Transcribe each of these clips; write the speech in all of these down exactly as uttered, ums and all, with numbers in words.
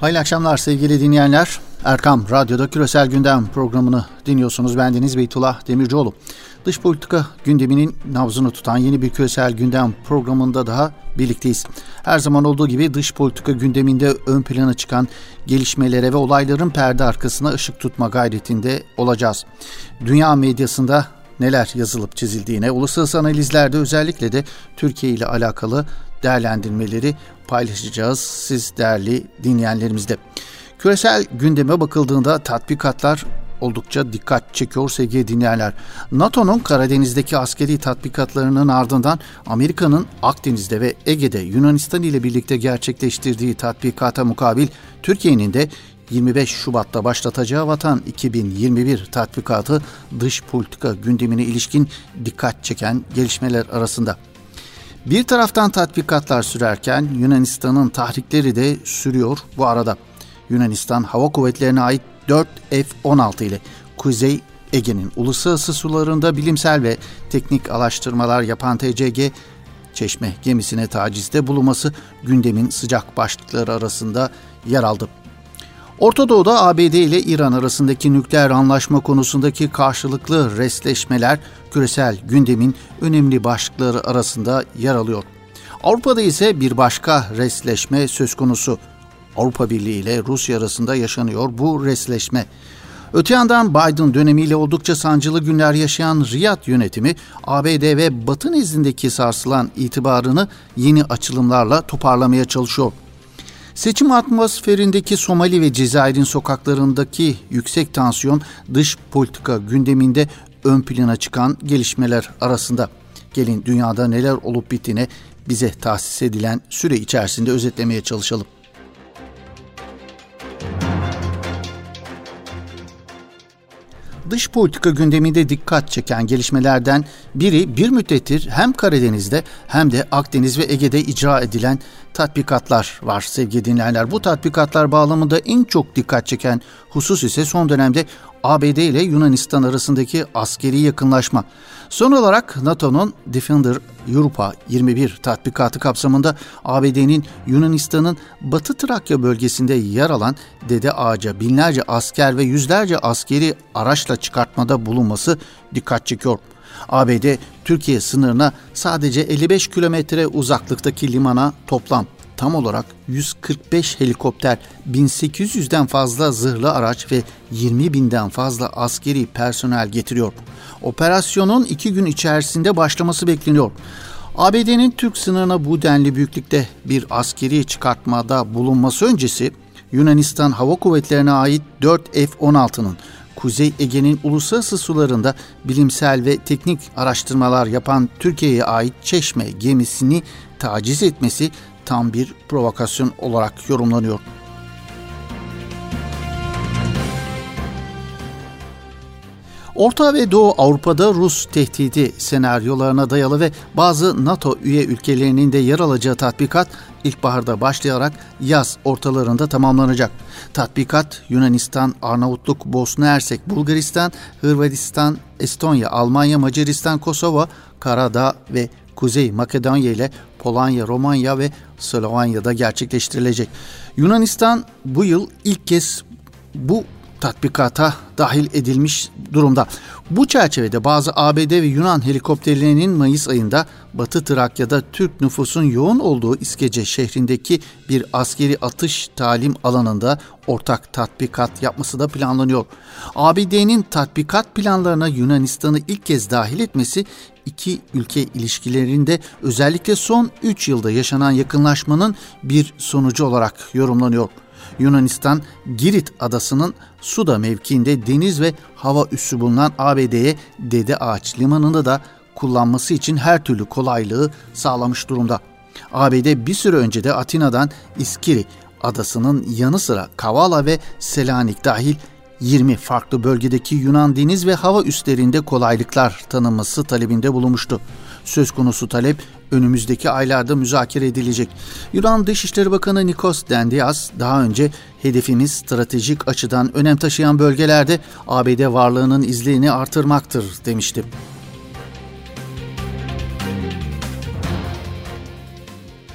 Hayırlı akşamlar sevgili dinleyenler. Erkam Radyo'da Küresel Gündem programını dinliyorsunuz. Bendeniz Beytullah Demircioğlu. Dış politika gündeminin nabzını tutan yeni bir Küresel Gündem programında daha birlikteyiz. Her zaman olduğu gibi dış politika gündeminde ön plana çıkan gelişmelere ve olayların perde arkasına ışık tutma gayretinde olacağız. Dünya medyasında neler yazılıp çizildiğine, uluslararası analizlerde özellikle de Türkiye ile alakalı değerlendirmeleri paylaşacağız siz değerli dinleyenlerimizle. Küresel gündeme bakıldığında tatbikatlar oldukça dikkat çekiyor sevgili dinleyenler. NATO'nun Karadeniz'deki askeri tatbikatlarının ardından Amerika'nın Akdeniz'de ve Ege'de Yunanistan ile birlikte gerçekleştirdiği tatbikata mukabil Türkiye'nin de yirmi beş Şubat'ta başlatacağı Vatan iki bin yirmi bir tatbikatı dış politika gündemine ilişkin dikkat çeken gelişmeler arasında. Bir taraftan tatbikatlar sürerken Yunanistan'ın tahrikleri de sürüyor bu arada. Yunanistan Hava Kuvvetleri'ne ait dört F on altı ile Kuzey Ege'nin uluslararası sularında bilimsel ve teknik araştırmalar yapan T C G Çeşme gemisine tacizde bulunması gündemin sıcak başlıkları arasında yer aldı. Orta Doğu'da A B D ile İran arasındaki nükleer anlaşma konusundaki karşılıklı restleşmeler küresel gündemin önemli başlıkları arasında yer alıyor. Avrupa'da ise bir başka restleşme söz konusu. Avrupa Birliği ile Rusya arasında yaşanıyor bu restleşme. Öte yandan Biden dönemiyle oldukça sancılı günler yaşayan Riyad yönetimi A B D ve Batı nezdindeki sarsılan itibarını yeni açılımlarla toparlamaya çalışıyor. Seçim atmosferindeki Somali ve Cezayir'in sokaklarındaki yüksek tansiyon dış politika gündeminde ön plana çıkan gelişmeler arasında. Gelin dünyada neler olup bittiğine bize tahsis edilen süre içerisinde özetlemeye çalışalım. Dış politika gündeminde dikkat çeken gelişmelerden biri bir müddettir hem Karadeniz'de hem de Akdeniz ve Ege'de icra edilen tatbikatlar var sevgili dinleyenler. Bu tatbikatlar bağlamında en çok dikkat çeken husus ise son dönemde A B D ile Yunanistan arasındaki askeri yakınlaşma. Son olarak NATO'nun Defender Europa yirmi bir tatbikatı kapsamında A B D'nin Yunanistan'ın Batı Trakya bölgesinde yer alan Dede Ağaç'a binlerce asker ve yüzlerce askeri araçla çıkartmada bulunması dikkat çekiyor. A B D, Türkiye sınırına sadece elli beş kilometre uzaklıktaki limana toplam tam olarak yüz kırk beş helikopter, bin sekiz yüzden fazla zırhlı araç ve yirmi binden fazla askeri personel getiriyor. Operasyonun iki gün içerisinde başlaması bekleniyor. A B D'nin Türk sınırına bu denli büyüklükte bir askeri çıkartmada bulunması öncesi Yunanistan Hava Kuvvetleri'ne ait dört F on altının Kuzey Ege'nin uluslararası sularında bilimsel ve teknik araştırmalar yapan Türkiye'ye ait Çeşme gemisini taciz etmesi tam bir provokasyon olarak yorumlanıyor. Orta ve Doğu Avrupa'da Rus tehdidi senaryolarına dayalı ve bazı NATO üye ülkelerinin de yer alacağı tatbikat ilkbaharda başlayarak yaz ortalarında tamamlanacak. Tatbikat Yunanistan, Arnavutluk, Bosna Hersek, Bulgaristan, Hırvatistan, Estonya, Almanya, Macaristan, Kosova, Karadağ ve Kuzey Makedonya ile Polonya, Romanya ve Slovanya'da gerçekleştirilecek. Yunanistan bu yıl ilk kez bu tatbikata dahil edilmiş durumda. Bu çerçevede bazı A B D ve Yunan helikopterlerinin Mayıs ayında Batı Trakya'da Türk nüfusun yoğun olduğu İskece şehrindeki bir askeri atış talim alanında ortak tatbikat yapması da planlanıyor. A B D'nin tatbikat planlarına Yunanistan'ı ilk kez dahil etmesi iki ülke ilişkilerinde özellikle son üç yılda yaşanan yakınlaşmanın bir sonucu olarak yorumlanıyor. Yunanistan, Girit adasının Suda mevkiinde deniz ve hava üssü bulunan A B D'ye Dede Ağaç limanını da kullanması için her türlü kolaylığı sağlamış durumda. A B D bir süre önce de Atina'dan İskiri adasının yanı sıra Kavala ve Selanik dahil yirmi farklı bölgedeki Yunan deniz ve hava üslerinde kolaylıklar tanınması talebinde bulunmuştu. Söz konusu talep önümüzdeki aylarda müzakere edilecek. Yunan Dışişleri Bakanı Nikos Dendias daha önce hedefimiz stratejik açıdan önem taşıyan bölgelerde A B D varlığının izlerini artırmaktır demişti.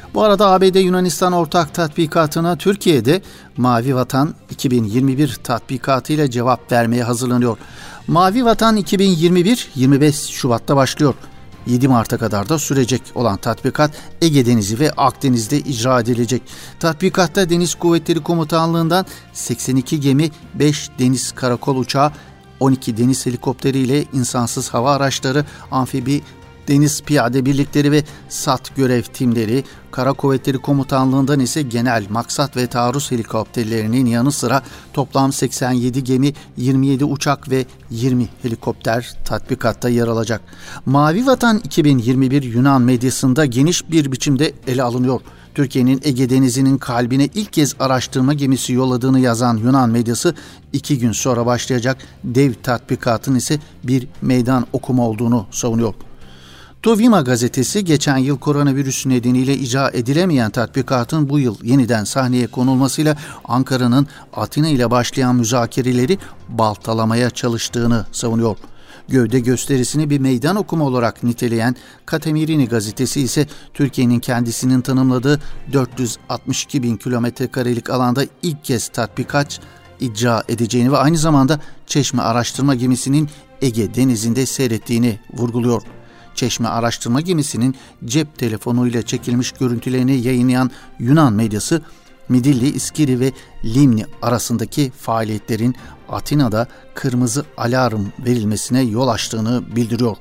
Bu arada A B D-Yunanistan ortak tatbikatına Türkiye'de Mavi Vatan iki bin yirmi bir tatbikatıyla cevap vermeye hazırlanıyor. Mavi Vatan iki bin yirmi bir yirmi beş Şubat'ta başlıyor. yedi Mart'a kadar da sürecek olan tatbikat Ege Denizi ve Akdeniz'de icra edilecek. Tatbikatta Deniz Kuvvetleri Komutanlığı'ndan seksen iki gemi, beş deniz karakol uçağı, on iki deniz helikopteriyle insansız hava araçları, amfibi deniz piyade birlikleri ve SAT görev timleri, Kara Kuvvetleri Komutanlığı'ndan ise genel maksat ve taarruz helikopterlerinin yanı sıra toplam seksen yedi gemi, yirmi yedi uçak ve yirmi helikopter tatbikatta yer alacak. Mavi Vatan iki bin yirmi bir Yunan medyasında geniş bir biçimde ele alınıyor. Türkiye'nin Ege Denizi'nin kalbine ilk kez araştırma gemisi yolladığını yazan Yunan medyası iki gün sonra başlayacak dev tatbikatın ise bir meydan okuma olduğunu savunuyor. Tovima gazetesi geçen yıl koronavirüsü nedeniyle icra edilemeyen tatbikatın bu yıl yeniden sahneye konulmasıyla Ankara'nın Atina ile başlayan müzakereleri baltalamaya çalıştığını savunuyor. Gövde gösterisini bir meydan okuma olarak niteleyen Katemirini gazetesi ise Türkiye'nin kendisinin tanımladığı dört yüz altmış iki bin kilometre karelik alanda ilk kez tatbikat icra edeceğini ve aynı zamanda Çeşme araştırma gemisinin Ege Denizi'nde seyrettiğini vurguluyor. Çeşme araştırma gemisinin cep telefonuyla çekilmiş görüntülerini yayınlayan Yunan medyası, Midilli, İskiri ve Limni arasındaki faaliyetlerin Atina'da kırmızı alarm verilmesine yol açtığını bildiriyor.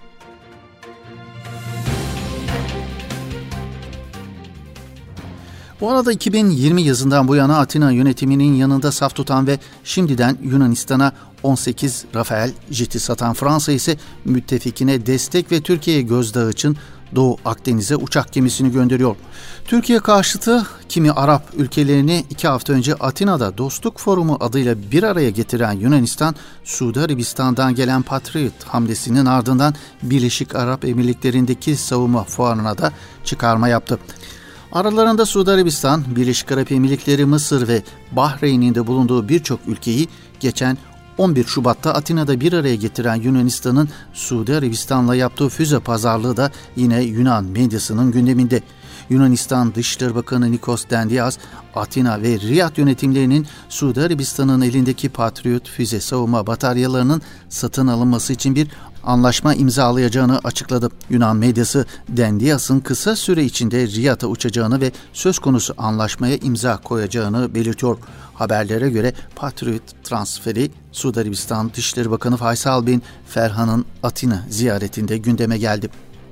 Bu arada iki bin yirmi yazından bu yana Atina yönetiminin yanında saf tutan ve şimdiden Yunanistan'a on sekiz Rafael jeti satan Fransa ise müttefikine destek ve Türkiye'ye gözdağı için Doğu Akdeniz'e uçak gemisini gönderiyor. Türkiye karşıtı kimi Arap ülkelerini iki hafta önce Atina'da Dostluk Forumu adıyla bir araya getiren Yunanistan, Suudi Arabistan'dan gelen Patriot hamlesinin ardından Birleşik Arap Emirlikleri'ndeki savunma fuarına da çıkarma yaptı. Aralarında Suudi Arabistan, Birleşik Arap Emirlikleri, Mısır ve Bahreyn'in de bulunduğu birçok ülkeyi geçen on bir Şubat'ta Atina'da bir araya getiren Yunanistan'ın Suudi Arabistan'la yaptığı füze pazarlığı da yine Yunan medyasının gündeminde. Yunanistan Dışişleri Bakanı Nikos Dendias, Atina ve Riyad yönetimlerinin Suudi Arabistan'ın elindeki Patriot füze savunma bataryalarının satın alınması için bir anlaşma imzalayacağını açıkladı. Yunan medyası Dendias'ın kısa süre içinde Riyad'a uçacağını ve söz konusu anlaşmaya imza koyacağını belirtiyor. Haberlere göre Patriot transferi Suudi Arabistan Dışişleri Bakanı Faysal bin Ferhan'ın Atina ziyaretinde gündeme geldi.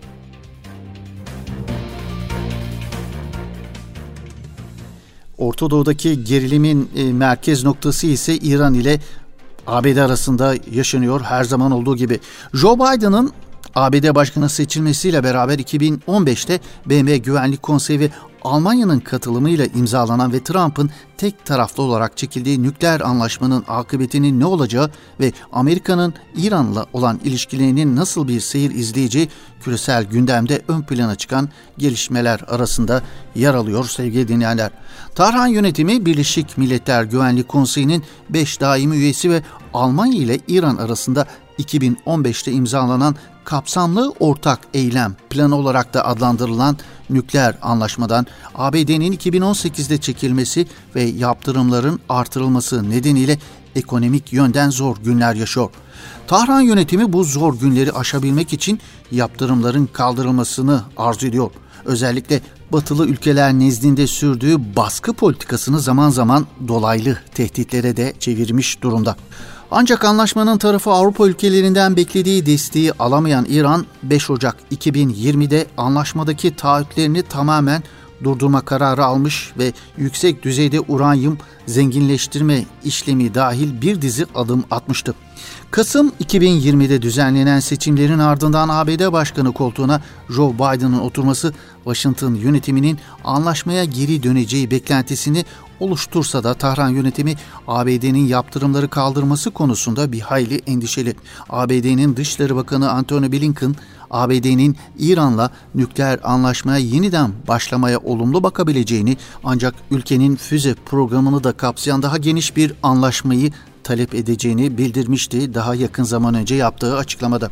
Orta Doğu'daki gerilimin e, merkez noktası ise İran ile A B D arasında yaşanıyor her zaman olduğu gibi. Joe Biden'ın A B D başkanı seçilmesiyle beraber iki bin on beşte B M Güvenlik Konseyi ve Almanya'nın katılımıyla imzalanan ve Trump'ın tek taraflı olarak çekildiği nükleer anlaşmanın akıbetinin ne olacağı ve Amerika'nın İran'la olan ilişkilerinin nasıl bir seyir izleyeceği küresel gündemde ön plana çıkan gelişmeler arasında yer alıyor sevgili dinleyenler. Tahran yönetimi Birleşik Milletler Güvenlik Konseyi'nin beş daimi üyesi ve Almanya ile İran arasında iki bin on beşte imzalanan kapsamlı ortak eylem planı olarak da adlandırılan nükleer anlaşmadan A B D'nin iki bin on sekizde çekilmesi ve yaptırımların artırılması nedeniyle ekonomik yönden zor günler yaşıyor. Tahran yönetimi bu zor günleri aşabilmek için yaptırımların kaldırılmasını arzu ediyor. Özellikle batılı ülkeler nezdinde sürdüğü baskı politikasını zaman zaman dolaylı tehditlere de çevirmiş durumda. Ancak anlaşmanın tarafı Avrupa ülkelerinden beklediği desteği alamayan İran, beş Ocak iki bin yirmide anlaşmadaki taahhütlerini tamamen durdurma kararı almış ve yüksek düzeyde uranyum zenginleştirme işlemi dahil bir dizi adım atmıştı. Kasım iki bin yirmide düzenlenen seçimlerin ardından A B D Başkanı koltuğuna Joe Biden'ın oturması Washington yönetiminin anlaşmaya geri döneceği beklentisini oluştursa da Tahran yönetimi A B D'nin yaptırımları kaldırması konusunda bir hayli endişeli. A B D'nin Dışişleri Bakanı Antony Blinken, A B D'nin İran'la nükleer anlaşmaya yeniden başlamaya olumlu bakabileceğini ancak ülkenin füze programını da kapsayan daha geniş bir anlaşmayı talep edeceğini bildirmişti daha yakın zaman önce yaptığı açıklamada.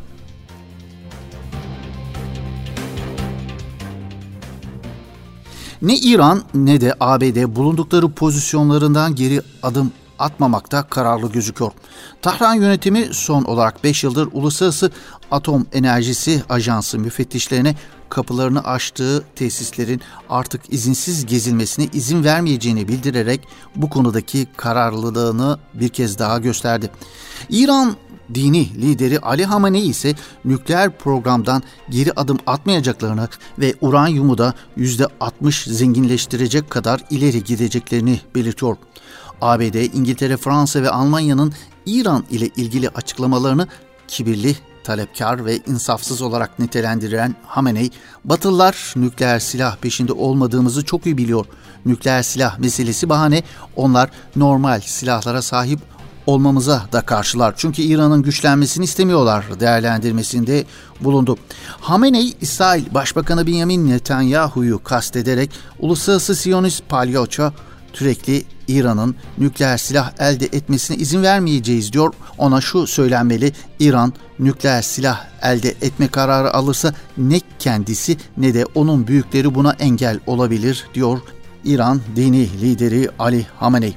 Ne İran ne de A B D bulundukları pozisyonlarından geri adım atmamakta kararlı gözüküyor. Tahran yönetimi son olarak beş yıldır Uluslararası Atom Enerjisi Ajansı müfettişlerine kapılarını açtığı tesislerin artık izinsiz gezilmesine izin vermeyeceğini bildirerek bu konudaki kararlılığını bir kez daha gösterdi. İran dini lideri Ali Hamenei ise nükleer programdan geri adım atmayacaklarını ve uranyumu da yüzde altmış zenginleştirecek kadar ileri gideceklerini belirtiyor. A B D, İngiltere, Fransa ve Almanya'nın İran ile ilgili açıklamalarını kibirli, talepkar ve insafsız olarak nitelendiren Hamenei, Batılılar nükleer silah peşinde olmadığımızı çok iyi biliyor. Nükleer silah meselesi bahane, onlar normal silahlara sahip olmamıza da karşılar. Çünkü İran'ın güçlenmesini istemiyorlar değerlendirmesinde bulundu. Hamenei, İsrail Başbakanı Benjamin Netanyahu'yu kastederek Uluslararası Siyonist Palyaço sürekli İran'ın nükleer silah elde etmesine izin vermeyeceğiz diyor. Ona şu söylenmeli: İran nükleer silah elde etme kararı alırsa ne kendisi ne de onun büyükleri buna engel olabilir diyor İran dini lideri Ali Hamenei.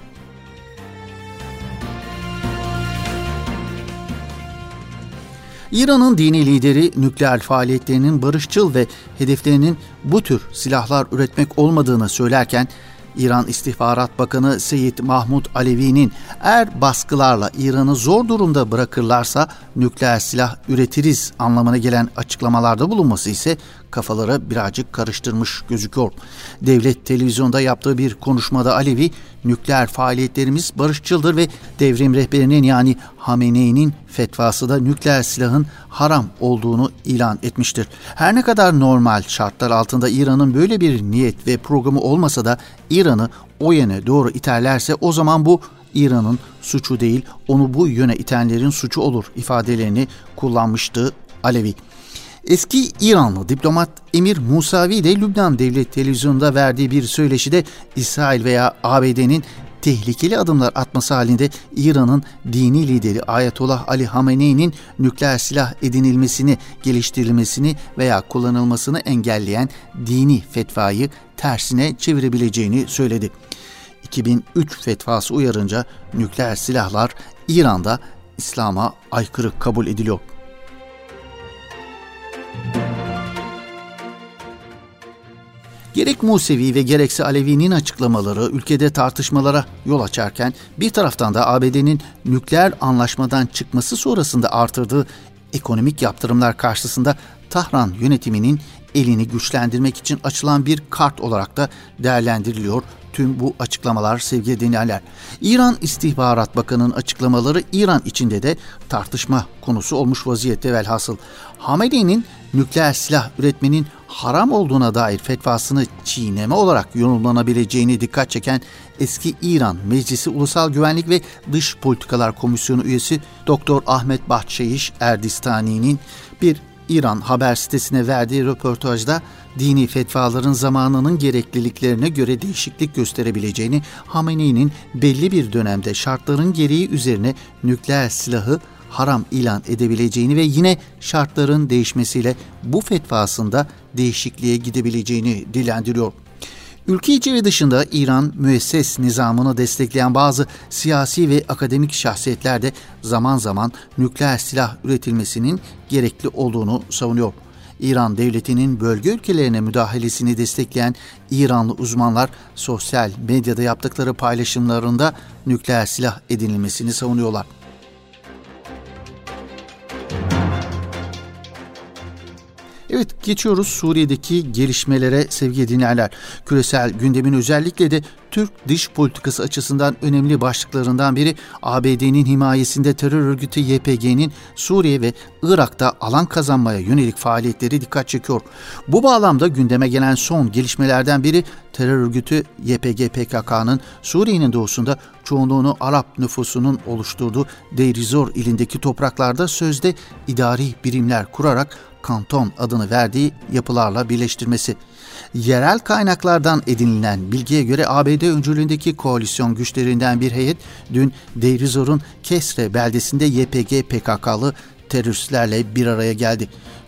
İran'ın dini lideri nükleer faaliyetlerinin barışçıl ve hedeflerinin bu tür silahlar üretmek olmadığını söylerken, İran İstihbarat Bakanı Seyyid Mahmud Alevi'nin eğer baskılarla İran'ı zor durumda bırakırlarsa nükleer silah üretiriz anlamına gelen açıklamalarda bulunması ise kafaları birazcık karıştırmış gözüküyor. Devlet televizyonda yaptığı bir konuşmada Alevi, nükleer faaliyetlerimiz barışçıldır ve devrim rehberinin yani Hamenei'nin fetvası da nükleer silahın haram olduğunu ilan etmiştir. Her ne kadar normal şartlar altında İran'ın böyle bir niyet ve programı olmasa da İran'ı o yöne doğru iterlerse o zaman bu İran'ın suçu değil, onu bu yöne itenlerin suçu olur ifadelerini kullanmıştı Alevi. Eski İranlı diplomat Emir Musavi de Lübnan Devlet Televizyonu'nda verdiği bir söyleşide İsrail veya A B D'nin tehlikeli adımlar atması halinde İran'ın dini lideri Ayetullah Ali Hamenei'nin nükleer silah edinilmesini, geliştirilmesini veya kullanılmasını engelleyen dini fetvayı tersine çevirebileceğini söyledi. iki bin üç fetvası uyarınca nükleer silahlar İran'da İslam'a aykırı kabul ediliyor. Gerek Musevi ve gerekse Alevi'nin açıklamaları ülkede tartışmalara yol açarken bir taraftan da A B D'nin nükleer anlaşmadan çıkması sonrasında artırdığı ekonomik yaptırımlar karşısında Tahran yönetiminin elini güçlendirmek için açılan bir kart olarak da değerlendiriliyor tüm bu açıklamalar sevgili dinleyenler. İran İstihbarat Bakanı'nın açıklamaları İran içinde de tartışma konusu olmuş vaziyette velhasıl. Hamenei'nin nükleer silah üretmenin haram olduğuna dair fetvasını çiğneme olarak yorumlanabileceğini dikkat çeken eski İran Meclisi Ulusal Güvenlik ve Dış Politikalar Komisyonu üyesi Doktor Ahmet Bahçeyiş Erdistani'nin bir İran haber sitesine verdiği röportajda dini fetvaların zamanının gerekliliklerine göre değişiklik gösterebileceğini, Hamenei'nin belli bir dönemde şartların gereği üzerine nükleer silahı haram ilan edebileceğini ve yine şartların değişmesiyle bu fetvasında değişikliğe gidebileceğini dillendiriyor. Ülke içi ve dışında İran müesses nizamını destekleyen bazı siyasi ve akademik şahsiyetler de zaman zaman nükleer silah üretilmesinin gerekli olduğunu savunuyor. İran devletinin bölge ülkelerine müdahalesini destekleyen İranlı uzmanlar sosyal medyada yaptıkları paylaşımlarında nükleer silah edinilmesini savunuyorlar. Evet, geçiyoruz Suriye'deki gelişmelere sevgili dinleyenler. Küresel gündemin özellikle de Türk dış politikası açısından önemli başlıklarından biri A B D'nin himayesinde terör örgütü Y P G'nin Suriye ve Irak'ta alan kazanmaya yönelik faaliyetleri dikkat çekiyor. Bu bağlamda gündeme gelen son gelişmelerden biri terör örgütü Y P G P K K'nın Suriye'nin doğusunda çoğunluğunu Arap nüfusunun oluşturduğu Deir ez-Zor ilindeki topraklarda sözde idari birimler kurarak kanton adını verdiği yapılarla birleştirmesi. Yerel kaynaklardan edinilen bilgiye göre A B D öncülüğündeki koalisyon güçlerinden bir heyet dün Deir ez-Zor'un Kesre beldesinde Y P G P K K'lı teröristlerle bir araya geldi.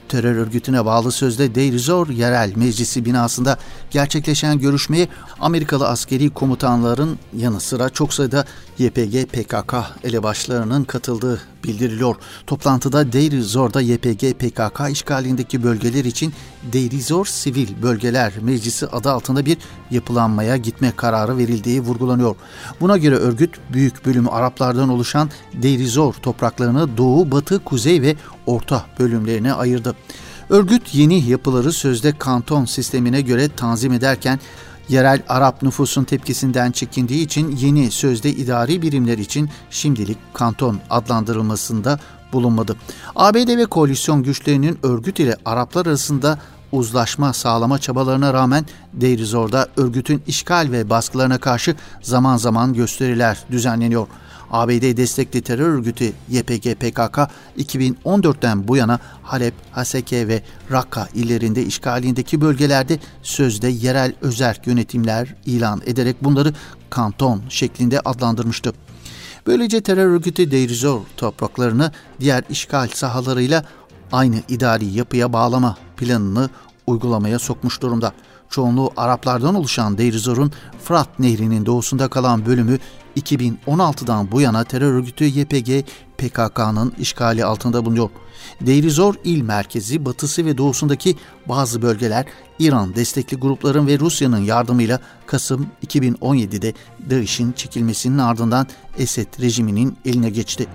Terör örgütüne bağlı sözde Deir ez-Zor Yerel Meclisi binasında gerçekleşen görüşmeye Amerikalı askeri komutanların yanı sıra çok sayıda Y P G P K K elebaşlarının katıldığı bildiriliyor. Toplantıda Deir ez-Zor'da Y P G P K K işgalindeki bölgeler için Deir ez-Zor Sivil Bölgeler Meclisi adı altında bir yapılanmaya gitme kararı verildiği vurgulanıyor. Buna göre örgüt büyük bölümü Araplardan oluşan Deir ez-Zor topraklarını doğu, batı, kuzey ve orta bölümlerine ayırdı. Örgüt yeni yapıları sözde kanton sistemine göre tanzim ederken yerel Arap nüfusun tepkisinden çekindiği için yeni sözde idari birimler için şimdilik kanton adlandırılmasında bulunmadı. A B D ve koalisyon güçlerinin örgüt ile Araplar arasında uzlaşma sağlama çabalarına rağmen Deir ez-Zor'da örgütün işgal ve baskılarına karşı zaman zaman gösteriler düzenleniyor. A B D destekli terör örgütü Y P G P K K iki bin on dörtten bu yana Halep, Haseke ve Rakka illerinde işgalindeki bölgelerde sözde yerel özerk yönetimler ilan ederek bunları kanton şeklinde adlandırmıştı. Böylece terör örgütü Deir ez-Zor topraklarını diğer işgal sahalarıyla aynı idari yapıya bağlama planını uygulamaya sokmuş durumda. Çoğunluğu Araplardan oluşan Deir ez-Zor'un Fırat Nehri'nin doğusunda kalan bölümü iki bin on altıdan bu yana terör örgütü Y P G P K K'nın işgali altında bulunuyor. Deir ez-Zor il merkezi, batısı ve doğusundaki bazı bölgeler İran destekli grupların ve Rusya'nın yardımıyla Kasım iki bin on yedide DAEŞ'in çekilmesinin ardından Esed rejiminin eline geçti.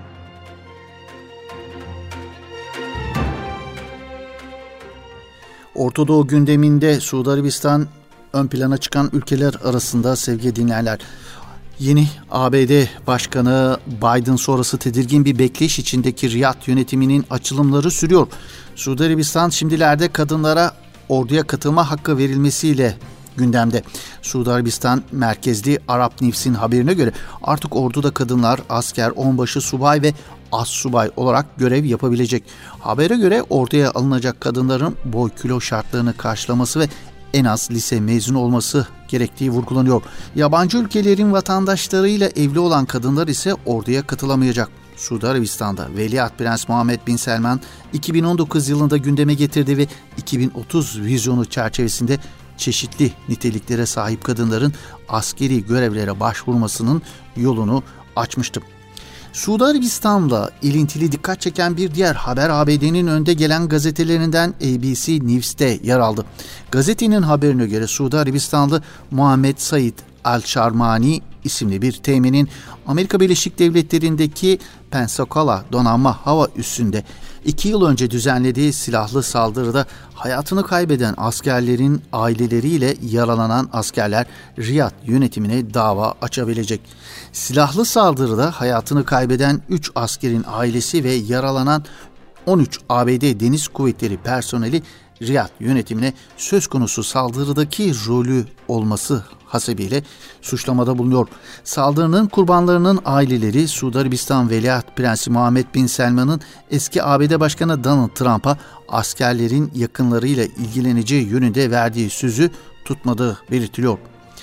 Orta Doğu gündeminde Suudi Arabistan ön plana çıkan ülkeler arasında sevgili dinleyenler. Yeni A B D Başkanı Biden sonrası tedirgin bir bekleyiş içindeki Riyad yönetiminin açılımları sürüyor. Suudi Arabistan şimdilerde kadınlara orduya katılma hakkı verilmesiyle gündemde. Suudi Arabistan merkezli Arap News'in haberine göre artık orduda kadınlar asker, onbaşı, subay ve assubay olarak görev yapabilecek. Habere göre orduya alınacak kadınların boy kilo şartlarını karşılaması ve en az lise mezunu olması gerektiği vurgulanıyor. Yabancı ülkelerin vatandaşlarıyla evli olan kadınlar ise orduya katılamayacak. Suudi Arabistan'da Veliaht Prens Muhammed Bin Selman iki bin on dokuz yılında gündeme getirdi ve iki bin otuz vizyonu çerçevesinde çeşitli niteliklere sahip kadınların askeri görevlere başvurmasının yolunu açmıştı. Suudi Arabistan'la ilintili dikkat çeken bir diğer haber A B D'nin önde gelen gazetelerinden A B C News'te yer aldı. Gazetenin haberine göre Suudi Arabistanlı Muhammed Said Al-Sharmani isimli bir teğmenin Amerika Birleşik Devletleri'ndeki Pensacola donanma hava üssünde iki yıl önce düzenlediği silahlı saldırıda hayatını kaybeden askerlerin aileleriyle yaralanan askerler Riyad yönetimine dava açabilecek. Silahlı saldırıda hayatını kaybeden üç askerin ailesi ve yaralanan on üç A B D Deniz Kuvvetleri personeli Riyad yönetimine söz konusu saldırıdaki rolü olması hasebiyle suçlamada bulunuyor. Saldırının kurbanlarının aileleri Suudi Arabistan Veliaht Prensi Muhammed Bin Selman'ın eski A B D Başkanı Donald Trump'a askerlerin yakınlarıyla ilgileneceği yönünde verdiği sözü tutmadığı belirtiliyor.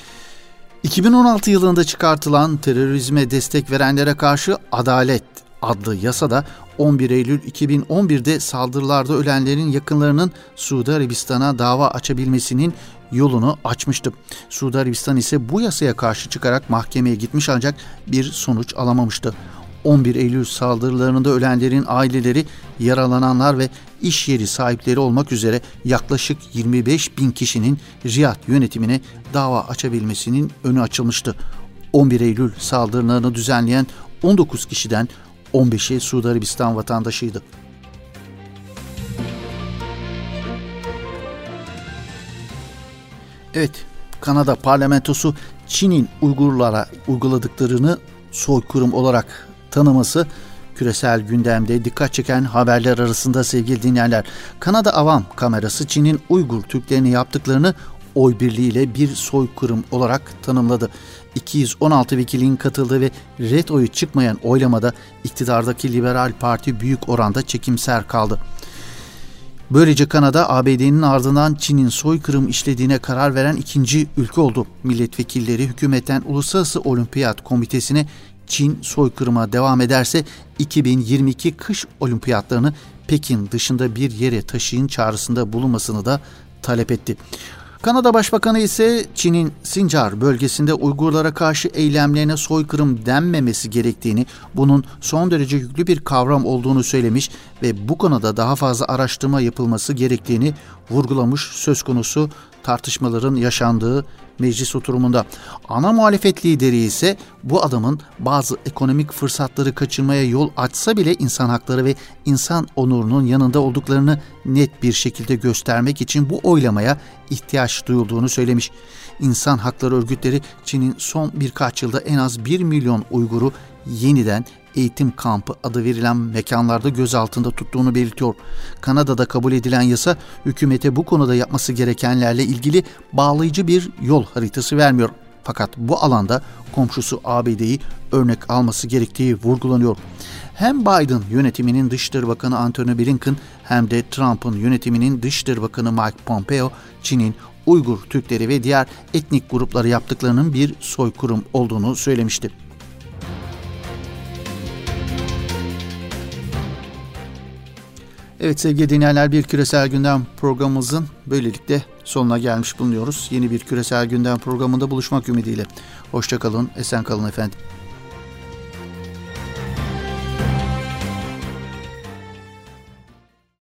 iki bin on altı yılında çıkartılan terörizme destek verenlere karşı Adalet adlı yasada on bir Eylül iki bin on birde saldırılarda ölenlerin yakınlarının Suudi Arabistan'a dava açabilmesinin yolunu açmıştı. Suudi Arabistan ise bu yasaya karşı çıkarak mahkemeye gitmiş ancak bir sonuç alamamıştı. on bir Eylül saldırılarında ölenlerin aileleri, yaralananlar ve iş yeri sahipleri olmak üzere yaklaşık yirmi beş bin kişinin Riyad yönetimine dava açabilmesinin önü açılmıştı. on bir Eylül saldırılarını düzenleyen on dokuz kişiden on beşi Suudi Arabistan vatandaşıydı. Evet, Kanada parlamentosu Çin'in Uygurlara uyguladıklarını soykırım olarak tanıması küresel gündemde dikkat çeken haberler arasında sevgili dinleyenler. Kanada Avam Kamerası Çin'in Uygur Türklerini yaptıklarını oy birliğiyle bir soykırım olarak tanımladı. iki yüz on altı vekilin katıldığı ve ret oyu çıkmayan oylamada iktidardaki Liberal Parti büyük oranda çekimser kaldı. Böylece Kanada, A B D'nin ardından Çin'in soykırım işlediğine karar veren ikinci ülke oldu. Milletvekilleri hükümetten Uluslararası Olimpiyat Komitesi'ne Çin soykırıma devam ederse iki bin yirmi iki kış olimpiyatlarını Pekin dışında bir yere taşıyın çağrısında bulunmasını da talep etti. Kanada Başbakanı ise Çin'in Sincar bölgesinde Uygurlara karşı eylemlerine soykırım denmemesi gerektiğini, bunun son derece yüklü bir kavram olduğunu söylemiş ve bu konuda daha fazla araştırma yapılması gerektiğini vurgulamış söz konusu tartışmaların yaşandığı meclis oturumunda. Ana muhalefet lideri ise bu adamın bazı ekonomik fırsatları kaçırmaya yol açsa bile insan hakları ve insan onurunun yanında olduklarını net bir şekilde göstermek için bu oylamaya ihtiyaç duyulduğunu söylemiş. İnsan hakları örgütleri Çin'in son birkaç yılda en az bir milyon Uygur'u yeniden eğitim kampı adı verilen mekanlarda gözaltında tuttuğunu belirtiyor. Kanada'da kabul edilen yasa hükümete bu konuda yapması gerekenlerle ilgili bağlayıcı bir yol haritası vermiyor. Fakat bu alanda komşusu A B D'yi örnek alması gerektiği vurgulanıyor. Hem Biden yönetiminin Dışişleri Bakanı Antony Blinken hem de Trump'ın yönetiminin Dışişleri Bakanı Mike Pompeo, Çin'in Uygur Türkleri ve diğer etnik grupları yaptıklarının bir soykırım olduğunu söylemişti. Evet sevgili dinleyenler, bir küresel gündem programımızın böylelikle sonuna gelmiş bulunuyoruz. Yeni bir küresel gündem programında buluşmak ümidiyle. Hoşça kalın, esen kalın efendim.